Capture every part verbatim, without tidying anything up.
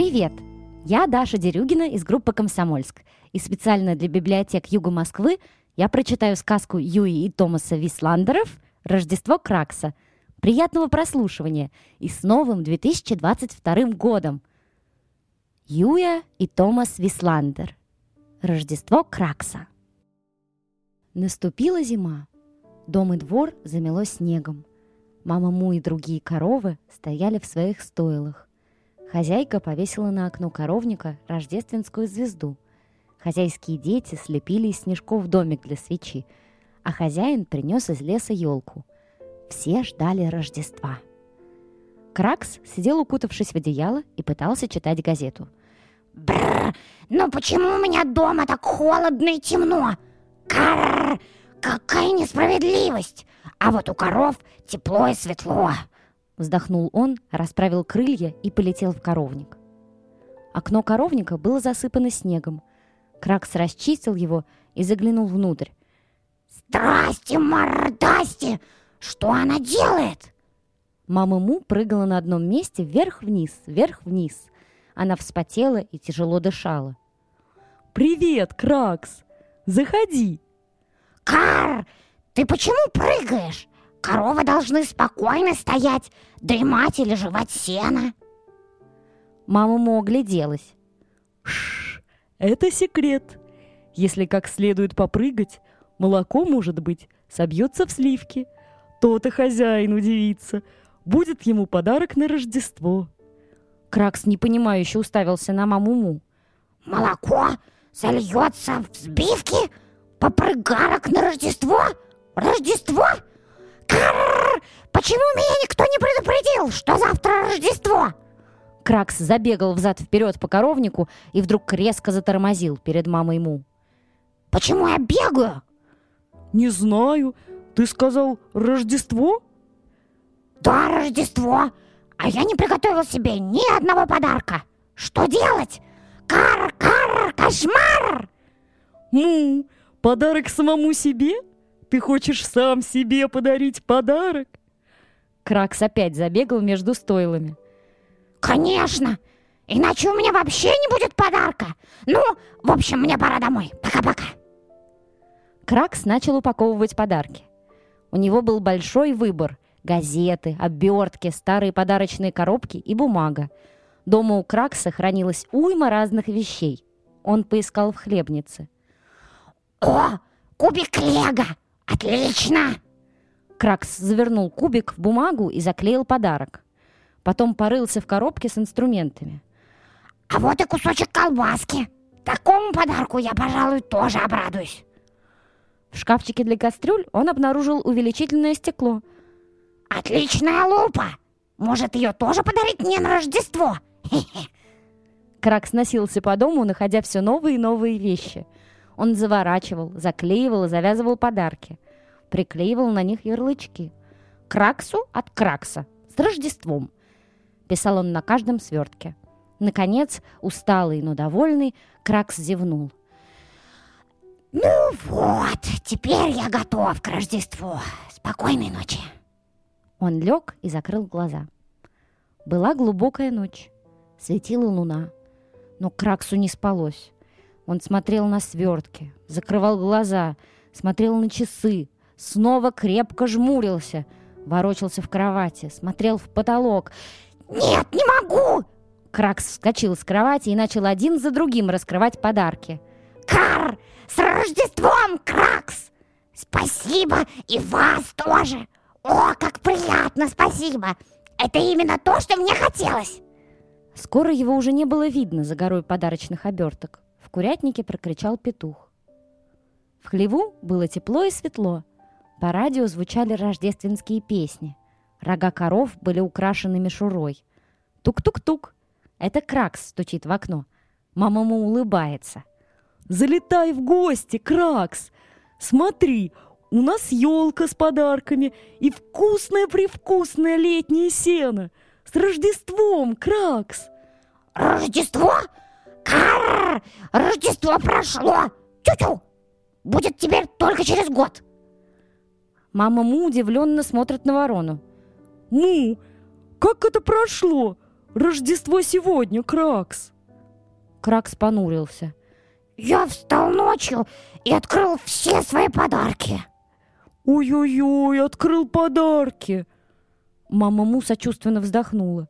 Привет! Я Даша Дерюгина из группы «Комсомольск». И специально для библиотек Юга Москвы я прочитаю сказку Юи и Томаса Висландеров «Рождество Кракса». Приятного прослушивания и с новым две тысячи двадцать вторым годом! Юя и Томас Висландер. Рождество Кракса. Наступила зима. Дом и двор замело снегом. Мама Му и другие коровы стояли в своих стойлах. Хозяйка повесила на окно коровника рождественскую звезду. Хозяйские дети слепили из снежков домик для свечи, а хозяин принес из леса елку. Все ждали Рождества. Кракс сидел, укутавшись в одеяло, и пытался читать газету. Бррр, ну почему у меня дома так холодно и темно? Карр, какая несправедливость! А вот у коров тепло и светло. Вздохнул он, расправил крылья и полетел в коровник. Окно коровника было засыпано снегом. Кракс расчистил его и заглянул внутрь. Здрасте, мордасти! Что она делает? Мама Му прыгала на одном месте вверх-вниз, вверх-вниз. Она вспотела и тяжело дышала. «Привет, Кракс! Заходи!» Карр, ты почему прыгаешь? Коровы должны спокойно стоять, дремать или жевать сено. Мама Му огляделась. Шш, это секрет. Если как следует попрыгать, молоко, может быть, собьется в сливки. То-то хозяин удивится. Будет ему подарок на Рождество. Кракс непонимающе уставился на маму Му. Молоко сольется в сбивки? Попрыгарок на Рождество? Рождество? Карр! Почему меня никто не предупредил, что завтра Рождество? Кракс забегал взад-вперед по коровнику и вдруг резко затормозил перед мамой Му. Почему я бегаю? Не знаю. Ты сказал «Рождество»? Да, Рождество. А я не приготовил себе ни одного подарка. Что делать? Карр, карр, кошмар! Му, подарок самому себе? Ты хочешь сам себе подарить подарок? Кракс опять забегал между стойлами. Конечно! Иначе у меня вообще не будет подарка. Ну, в общем, мне пора домой. Пока-пока. Кракс начал упаковывать подарки. У него был большой выбор. Газеты, обертки, старые подарочные коробки и бумага. Дома у Кракса хранилась уйма разных вещей. Он поискал в хлебнице. О, кубик лего! Отлично! Кракс завернул кубик в бумагу и заклеил подарок. Потом порылся в коробке с инструментами. А вот и кусочек колбаски. Такому подарку я, пожалуй, тоже обрадуюсь. В шкафчике для кастрюль он обнаружил увеличительное стекло. Отличная лупа! Может, ее тоже подарить мне на Рождество? Хе-хе. Кракс носился по дому, находя все новые и новые вещи. Он заворачивал, заклеивал и завязывал подарки. Приклеивал на них ярлычки. «Краксу от Кракса. С Рождеством!» Писал он на каждом свертке. Наконец, усталый, но довольный, Кракс зевнул. Ну вот, теперь я готов к Рождеству. Спокойной ночи. Он лег и закрыл глаза. Была глубокая ночь. Светила луна. Но Краксу не спалось. Он смотрел на свертки, закрывал глаза, смотрел на часы, снова крепко жмурился, ворочался в кровати, смотрел в потолок. «Нет, не могу!» Кракс вскочил с кровати и начал один за другим раскрывать подарки. «Карр! С Рождеством, Кракс! Спасибо, и вас тоже! О, как приятно, спасибо! Это именно то, что мне хотелось!» Скоро его уже не было видно за горой подарочных оберток. В курятнике прокричал петух. В хлеву было тепло и светло. По радио звучали рождественские песни. Рога коров были украшены мишурой. Тук-тук-тук. Это Кракс стучит в окно. Мама Му улыбается. «Залетай в гости, Кракс! Смотри, у нас елка с подарками и вкусное-привкусное летнее сено. С Рождеством, Кракс!» «Рождество? Карр! Рождество прошло! Тю-тю! Будет теперь только через год!» Мама Му удивленно смотрит на ворону. «Му, как это прошло? Рождество сегодня, Кракс!» Кракс понурился. Я встал ночью и открыл все свои подарки. «Ой-ой-ой, открыл подарки!» Мама Му сочувственно вздохнула.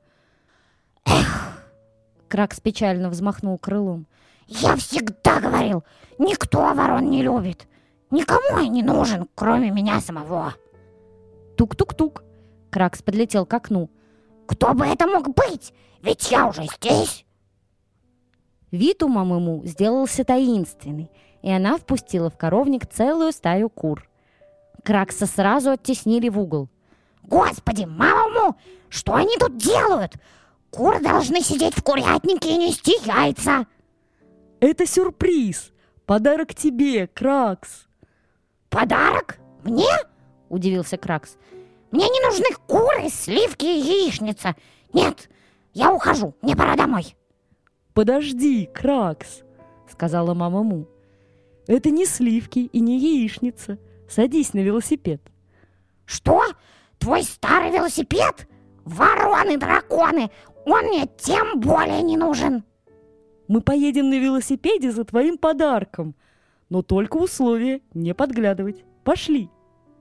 Эх, Кракс печально взмахнул крылом. я всегда говорил, никто ворон не любит. Никому я не нужен, кроме меня самого. Тук-тук-тук. Кракс подлетел к окну. Кто бы это мог быть? Ведь я уже здесь. Вид у мамы Му сделался таинственный, и она впустила в коровник целую стаю кур. Кракса сразу оттеснили в угол. Господи, мама Му, что они тут делают? Куры должны сидеть в курятнике и нести яйца. «Это сюрприз! Подарок тебе, Кракс!» Подарок? Мне? Удивился Кракс. Мне не нужны куры, сливки и яичница. Нет, я ухожу, мне пора домой. «Подожди, Кракс!» — сказала мама Му. «Это не сливки и не яичница. Садись на велосипед». Что? Твой старый велосипед? Вороны-драконы! Он мне тем более не нужен. «Мы поедем на велосипеде за твоим подарком, но только условие не подглядывать. Пошли!»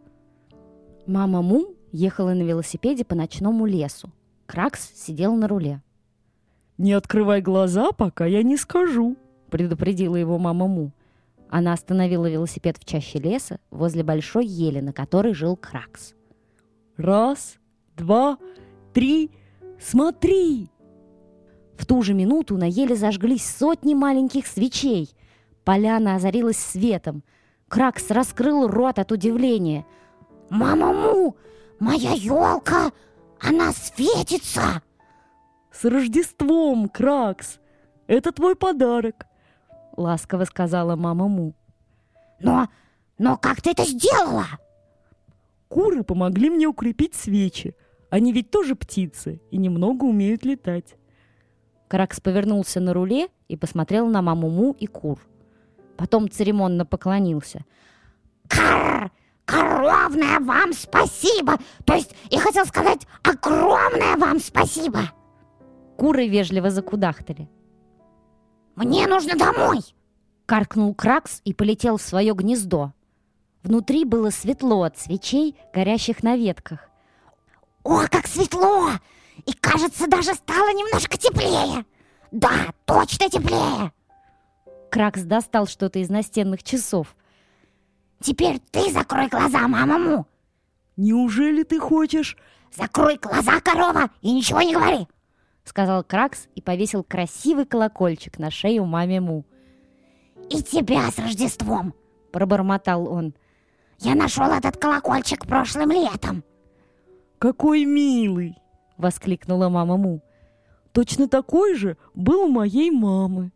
Мама Му ехала на велосипеде по ночному лесу. Кракс сидел на руле. «Не открывай глаза, пока я не скажу», — предупредила его мама Му. Она остановила велосипед в чаще леса возле большой ели, на которой жил Кракс. «Раз, два, три, смотри!» В ту же минуту на еле зажглись сотни маленьких свечей. Поляна озарилась светом. Кракс раскрыл рот от удивления. Мама Му, моя елка, она светится! «С Рождеством, Кракс! Это твой подарок!» — ласково сказала мама Му. Но, но как ты это сделала? «Куры помогли мне укрепить свечи. Они ведь тоже птицы и немного умеют летать». Кракс повернулся на руле и посмотрел на маму Му и кур. Потом церемонно поклонился. Карр! Коровное вам спасибо! То есть я хотел сказать огромное вам спасибо! Куры вежливо закудахтали. Мне нужно домой! Каркнул Кракс и полетел в свое гнездо. Внутри было светло от свечей, горящих на ветках. О, как светло! И, кажется, даже стало немножко теплее. Да, точно теплее. Кракс достал что-то из настенных часов. Теперь ты закрой глаза, мама Му. «Неужели ты хочешь...» Закрой глаза, корова, и ничего не говори, сказал Кракс и повесил красивый колокольчик на шею маме Му. И тебя с Рождеством, пробормотал он. Я нашел этот колокольчик прошлым летом. «Какой милый!» — воскликнула мама Му. «Точно такой же был у моей мамы».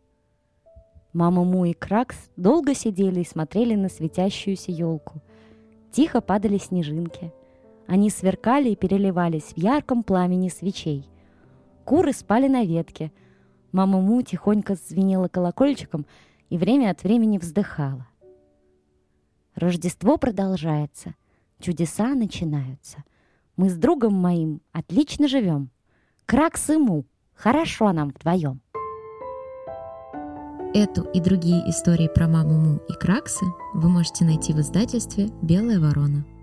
Мама Му и Кракс долго сидели и смотрели на светящуюся елку. Тихо падали снежинки. Они сверкали и переливались в ярком пламени свечей. Куры спали на ветке. Мама Му тихонько звенела колокольчиком и время от времени вздыхала. Рождество продолжается. Чудеса начинаются. Мы с другом моим отлично живем. Кракс и Му. Хорошо нам вдвоем. Эту и другие истории про маму Му и Кракса вы можете найти в издательстве «Белая ворона».